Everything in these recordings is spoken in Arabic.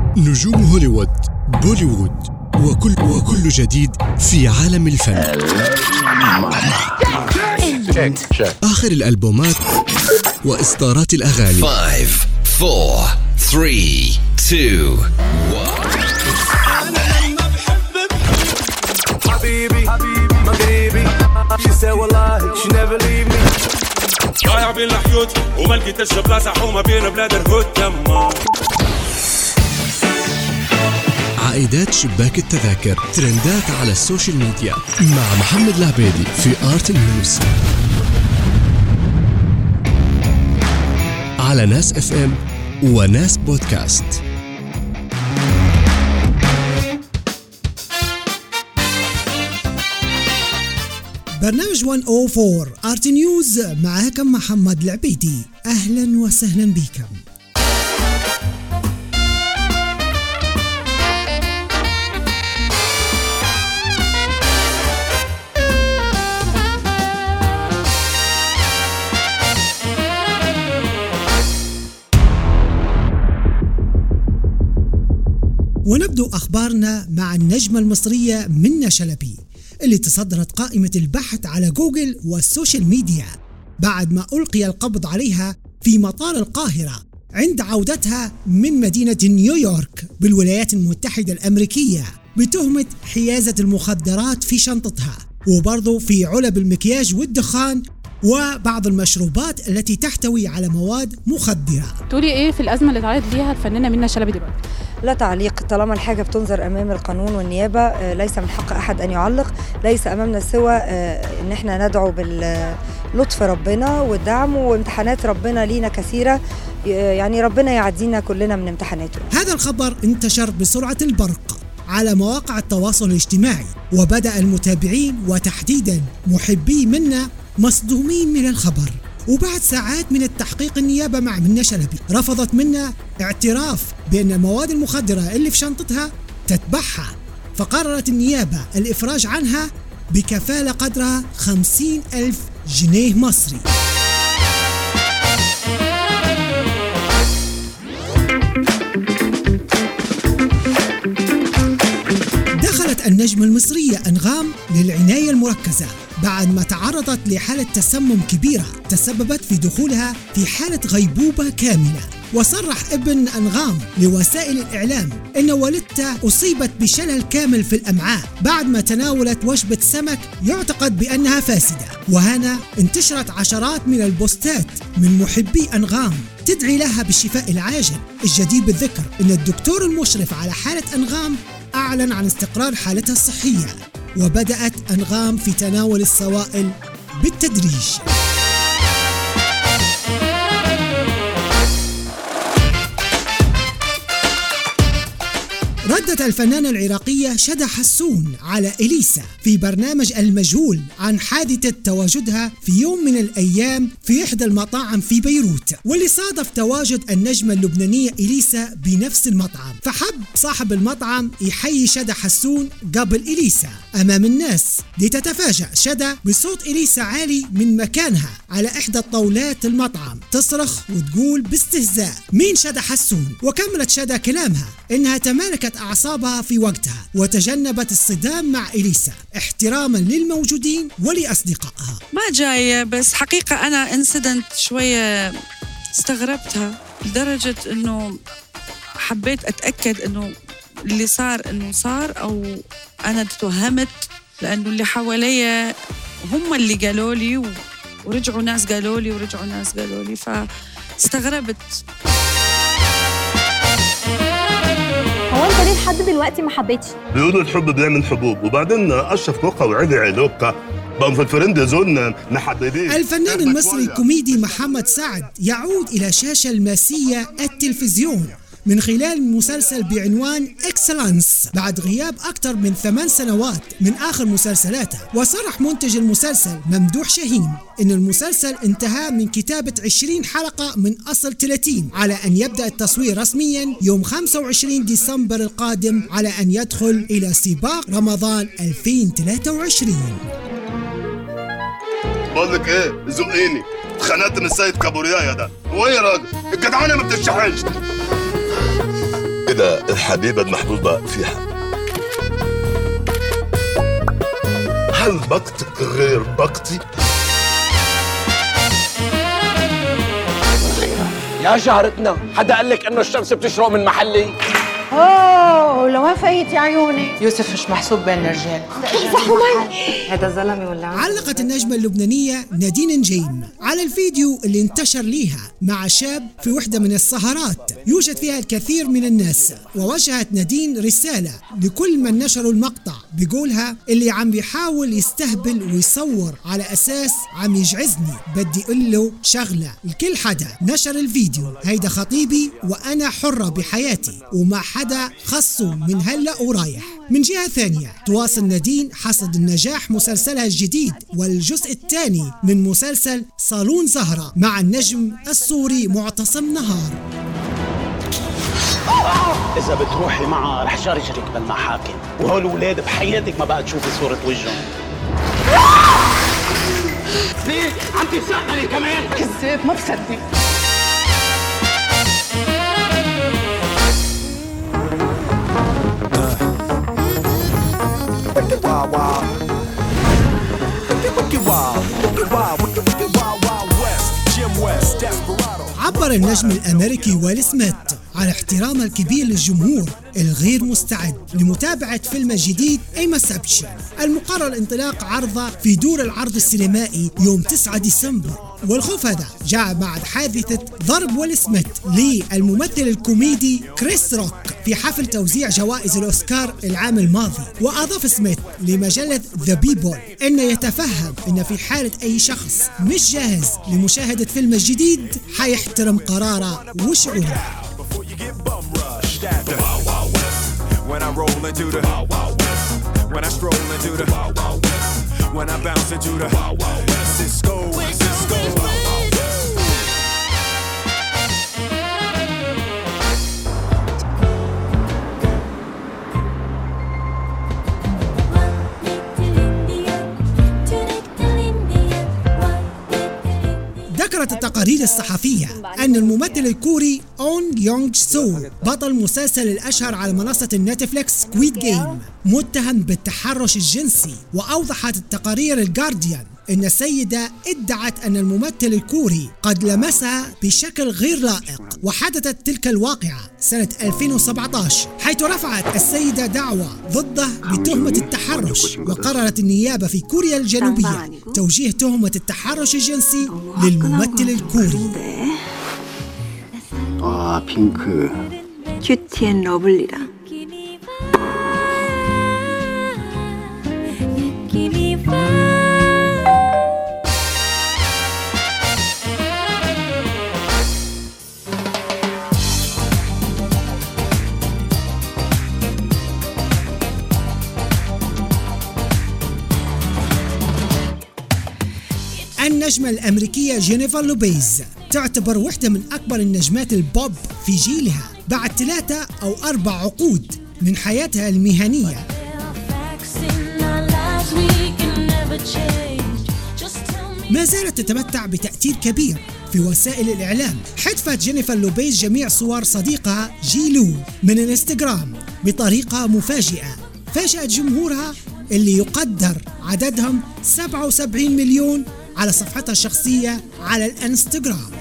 نجوم هوليوود، بوليوود، وكل جديد في عالم الفن. آخر الألبومات وإصدارات الأغاني. 5 4 3 2 1. حبيبي ما قريبي she said والله she never leave me. ضايع بين الحيوت وما لقيتش بلاصة حومة بين بلاد الهود تما. عائدات شباك التذاكر، ترندات على السوشيال ميديا مع محمد العبيدي في آرت نيوز على ناس اف ام وناس بودكاست. برنامج 104 آرت نيوز معكم محمد العبيدي. أهلا وسهلا بكم. ونبدأ أخبارنا مع النجمة المصرية منة شلبي اللي تصدرت قائمة البحث على جوجل والسوشيال ميديا بعد ما ألقي القبض عليها في مطار القاهرة عند عودتها من مدينة نيويورك بالولايات المتحدة الأمريكية بتهمة حيازة المخدرات في شنطتها، وبرضو في علب المكياج والدخان وبعض المشروبات التي تحتوي على مواد مخدرة. تقولي ايه في الأزمة اللي تعرض ليها الفنانة منة شلبي دلوقتي؟ لا تعليق، طالما الحاجة بتنظر أمام القانون والنيابة ليس من حق أحد أن يعلق. ليس أمامنا سوى أن احنا ندعو باللطف ربنا والدعم، وامتحانات ربنا لينا كثيرة، يعني ربنا يعدينا كلنا من امتحاناته. هذا الخبر انتشر بسرعة البرق على مواقع التواصل الاجتماعي، وبدأ المتابعين وتحديدا محبي منة مصدومين من الخبر. وبعد ساعات من التحقيق النيابة مع منة شلبي رفضت منة اعتراف بأن المواد المخدرة اللي في شنطتها تتبعها، فقررت النيابة الإفراج عنها بكفالة قدرها 50,000 جنيه مصري. دخلت النجمة المصرية أنغام للعناية المركزة بعد ما تعرضت لحالة تسمم كبيرة تسببت في دخولها في حالة غيبوبة كاملة. وصرح ابن أنغام لوسائل الإعلام أن والدته أصيبت بشلل كامل في الأمعاء بعد ما تناولت وجبة سمك يعتقد بأنها فاسدة. وهنا انتشرت عشرات من البوستات من محبي أنغام تدعي لها بالشفاء العاجل. الجدير بالذكر أن الدكتور المشرف على حالة أنغام أعلن عن استقرار حالتها الصحية، وبدأت أنغام في تناول السوائل بالتدريج. ردت الفنانة العراقية شدى حسون على إليسا في برنامج المجهول عن حادثة تواجدها في يوم من الأيام في إحدى المطاعم في بيروت، واللي صادف تواجد النجمة اللبنانية إليسا بنفس المطعم. فحب صاحب المطعم يحيي شدى حسون قبل إليسا أمام الناس، لتتفاجأ شدى بصوت إليسا عالي من مكانها على إحدى الطاولات المطعم تصرخ وتقول باستهزاء مين شدى حسون. وكملت شدى كلامها إنها تمالكت أعصابها في وقتها وتجنبت الصدام مع إليسا احتراما للموجودين ولأصدقائها. ما جاية، بس حقيقة أنا انسيدنت شوية استغربتها لدرجة إنه حبيت أتأكد إنه اللي صار إنه صار أو أنا توهمت، لأنه اللي حواليا هم اللي قالوا لي ورجعوا ناس قالوا لي ورجعوا ناس قالوا لي، فاستغربت. هو انت ليه لحد دلوقتي ما حبيتش؟ بيقولوا الحب بيعمل حبوب، وبعدين اشرف كوكا وعلي علوكا بقوا في الفرند زون محددين. الفنان المصري الكوميدي محمد سعد يعود إلى شاشة الماسية التلفزيون من خلال مسلسل بعنوان إكسلانس بعد غياب أكثر من 8 سنوات من آخر مسلسلاته. وصرح منتج المسلسل ممدوح شاهين إن المسلسل انتهى من كتابة 20 حلقة من أصل 30 على أن يبدأ التصوير رسميا يوم 25 ديسمبر القادم على أن يدخل إلى سباق رمضان 2023. بقول لك إيه، زقيني اتخانقت من السيد كابوريا ده. هو إيه يا راجل؟ الجدعانة ما بتشحنش. كده الحبيبة المحبوبة فيها. هل بقتك غير بقتي؟ يا جارتنا، حدا قال لك انه الشمس بتشرق من محلي؟ اوه لو وين يا عيوني؟ يوسف مش محسوب بين الرجال. هذا زلمه ولا علقت النجمة اللبنانية نادين نجيم على الفيديو اللي انتشر ليها مع شاب في وحدة من السهرات يوجد فيها الكثير من الناس، ووجهت نادين رسالة لكل من نشروا المقطع بيقولها اللي عم بيحاول يستهبل ويصور على أساس عم يجعزني، بدي أقول له شغلة لكل حدا نشر الفيديو، هيدا خطيبي وأنا حرة بحياتي وما حدا خصه من هلأ ورايح. من جهة ثانية تواصل نادين حصد النجاح مسلسلها الجديد والجزء الثاني من مسلسل صالون زهرة مع النجم السوري معتصم نهار. إذا بتروحي معها رح شارجك بالمحاكم، وهول الولاد بحياتك ما بقى تشوفي صورة وجههم. ليه؟ عم تسألني كمان؟ كذاب ما بصدق. عبر النجم الأمريكي ويل سميث على احترامه الكبير للجمهور الغير مستعد لمتابعة فيلم الجديد إيماسبشن المقرر الانطلاق عرضه في دور العرض السينمائي يوم 9 ديسمبر. والخوف هذا جاء بعد حادثة ضرب ويل سميث للممثل الكوميدي كريس روك في حفل توزيع جوائز الأوسكار العام الماضي. وأضاف سميث لمجلة ذا بيبل أنه يتفهم أن في حالة أي شخص مش جاهز لمشاهدة فيلم الجديد حيحترم قراره وشعوره. When I roll into the Wild Wild West, when I stroll into the Wild Wild West, when I bounce into the Wild Wild West, Cisco, Cisco. ذكرت التقارير الصحفية أن الممثل الكوري أون يونغ سو بطل مسلسل الأشهر على منصة النتفليكس سكويد جيم متهم بالتحرش الجنسي. وأوضحت التقارير الجارديان أن السيدة ادعت أن الممثل الكوري قد لمسها بشكل غير لائق، وحدثت تلك الواقعة سنة 2017 حيث رفعت السيدة دعوى ضده بتهمة التحرش. وقررت النيابة في كوريا الجنوبية توجيه تهمة التحرش الجنسي للممثل الكوري. 핑크 큐티 앤 러블리라. النجمة الأمريكية جينيفر لوبيز تعتبر واحدة من أكبر النجمات البوب في جيلها بعد 3 أو 4 عقود من حياتها المهنية. ما زالت تتمتع بتأثير كبير في وسائل الإعلام. حذفت جينيفر لوبيز جميع صور صديقها جيلو من الانستغرام بطريقة مفاجئة فاجأت جمهورها اللي يقدر عددهم 77 مليون على صفحتها الشخصية على الانستغرام.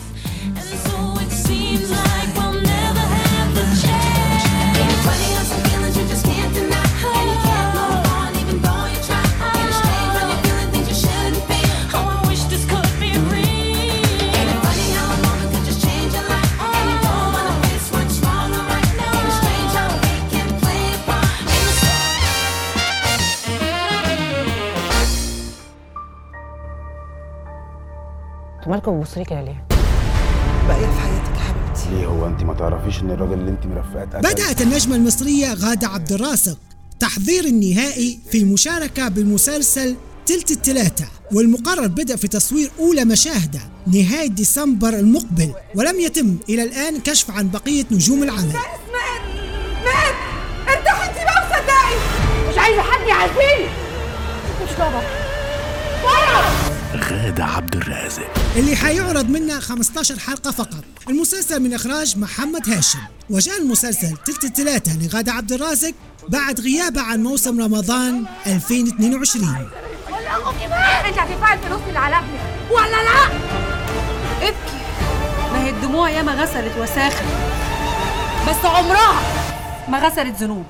مالكم بتبصوا لي كده ليه؟ بقيت في حياتك يا حبيبتي. ليه هو انت ما تعرفيش ان الراجل اللي انت مرفقاه بدأت النجمة المصرية غادة عبد الرازق تحضير النهائي في المشاركة بمسلسل تلت التلاتة، والمقرر بدأ في تصوير أولى مشاهدة نهاية ديسمبر المقبل، ولم يتم إلى الآن كشف عن بقية نجوم العمل. مات ارتحتي بقى وصدقي، مش عايزة حد يعزيني. مش بابا غادة عبد الرازق، اللي حيعرض منه 15 حلقة فقط. المسلسل من إخراج محمد هاشم، وجاء المسلسل تلت لغادة عبد الرازق بعد غيابه عن موسم رمضان 2022. انت هتدفع الفلوس اللي على ابنك ولا لا؟ ابكي، ما هي الدموع ياما غسلت وساخت، بس عمرها ما غسلت ذنوب.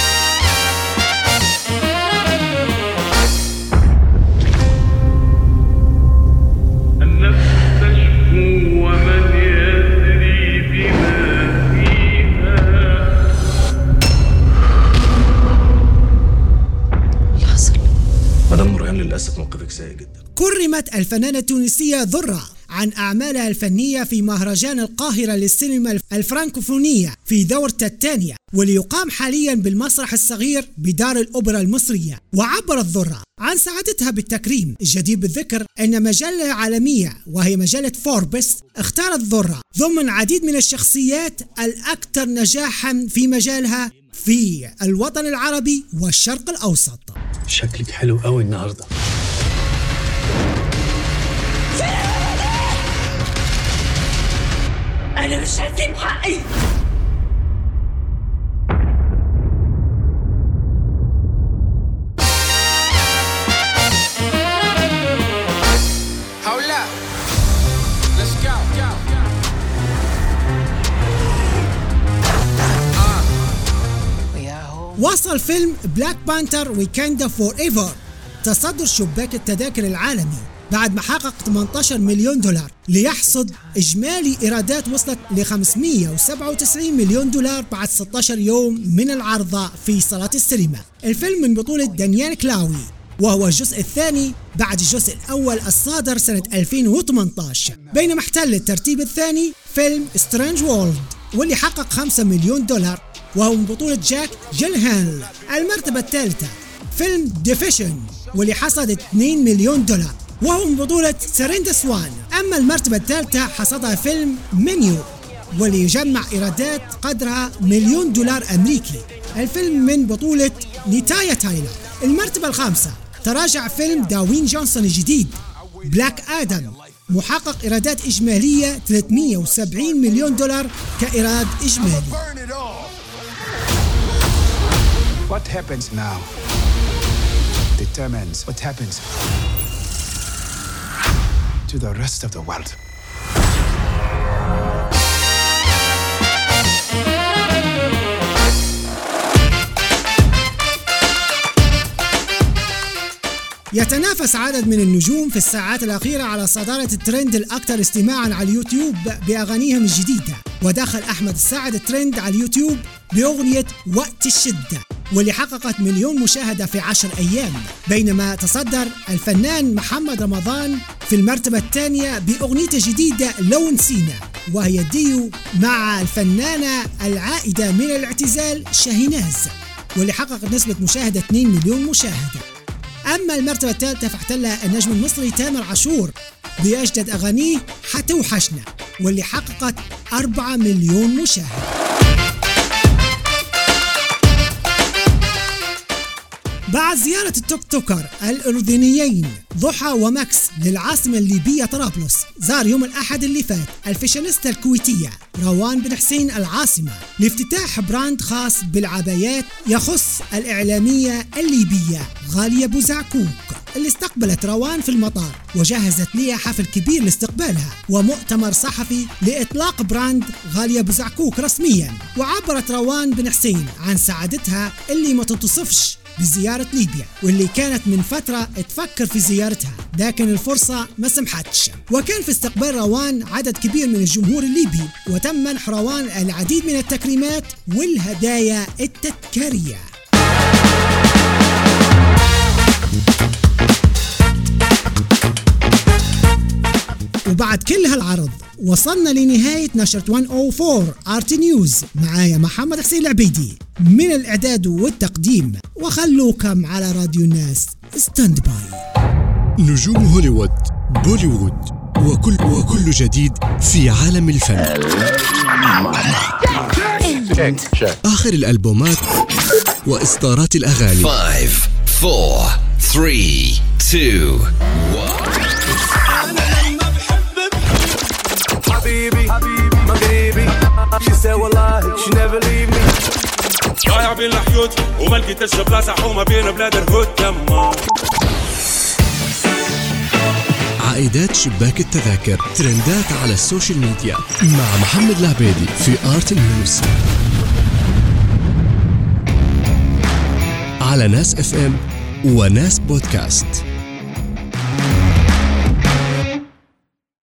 مدام نورهان للأسف موقفك سيء جدا. كرمت الفنانة التونسية ذرة عن أعمالها الفنية في مهرجان القاهرة للسينما الفرنكوفونية في دورته الثانية، واللي يقام حاليا بالمسرح الصغير بدار الأوبرا المصرية. وعبرت ذرة عن سعادتها بالتكريم. الجدير بالذكر أن مجلة عالمية وهي مجلة فوربس اختارت ذرة ضمن عديد من الشخصيات الأكثر نجاحا في مجالها في الوطن العربي والشرق الأوسط. شكلك حلو قوي النهارده. انا مش هسيب حقي. هولا let's go. وصل فيلم بلاك بانتر ويكاندا فور ايفر تصدر شباك التذاكر العالمي بعد ما حقق 18 مليون دولار، ليحصد إجمالي إيرادات وصلت ل 597 مليون دولار بعد 16 يوم من العرض في صالات السينما. الفيلم من بطولة دانيال كلاوي، وهو الجزء الثاني بعد الجزء الأول الصادر سنة 2018، بينما احتل الترتيب الثاني فيلم سترينج وورلد واللي حقق 5 مليون دولار وهو من بطولة جاك جيلهانل. المرتبة الثالثة فيلم ديفيشن واللي حصد 2 مليون دولار وهو من بطولة سريندا سوان. أما المرتبة الثالثة حصدها فيلم منيو واللي يجمع إيرادات قدرها مليون دولار أمريكي. الفيلم من بطولة نيتايا تايلر. المرتبة الخامسة تراجع فيلم داوين جونسون الجديد بلاك آدم، محقق إيرادات إجمالية 370 مليون دولار كإيراد إجمالي. What happens now determines what happens to the rest of the world. يتنافس عدد من النجوم في الساعات الأخيرة على صدارة الترند الأكثر استماعاً على اليوتيوب بأغانيهم الجديدة، ودخل أحمد الساعد الترند على اليوتيوب بأغنية وقت الشدة واللي حققت مليون مشاهدة في 10 أيام، بينما تصدر الفنان محمد رمضان في المرتبة الثانية بأغنيته الجديدة لو نسينا، وهي ديو مع الفنانة العائدة من الاعتزال شاهيناز واللي حققت نسبة مشاهدة 2 مليون مشاهدة. أما المرتبة الثالثة فاحتلها النجم المصري تامر عاشور بأجدد أغانيه حتوحشنا واللي حققت 4 مليون مشاهدة. بعد زيارة التوك توكر الأردنيين ضحى وماكس للعاصمة الليبية طرابلس، زار يوم الأحد اللي فات الفاشينيستا الكويتية روان بن حسين العاصمة لافتتاح براند خاص بالعبايات يخص الإعلامية الليبية غالية بوزعكوك، اللي استقبلت روان في المطار وجهزت لها حفل كبير لاستقبالها ومؤتمر صحفي لإطلاق براند غالية بوزعكوك رسميا. وعبرت روان بن حسين عن سعادتها اللي ما تتصفش بزيارة ليبيا واللي كانت من فترة تفكر في زيارتها لكن الفرصة ما سمحتش. وكان في استقبال روان عدد كبير من الجمهور الليبي وتم منح روان العديد من التكريمات والهدايا التذكارية. وبعد كل هالعرض وصلنا لنهاية نشرة 104 آرت نيوز. معايا محمد حسين العبيدي من الإعداد والتقديم، وخلوكم على راديو الناس ستاند باي. نجوم هوليوود، بوليوود، وكل جديد في عالم الفن. آخر الألبومات وإصدارات الأغاني. 5 4 3 2, 1. حبيبي مغربي she said والله she never leave me ضايع بين الحيوت وما لقيتش بلاصة حومة بين بلاد الهود تما. عائدات شباك التذاكر، ترندات على السوشيال ميديا مع محمد العبيدي في آرت نيوز على ناس FM وناس بودكاست.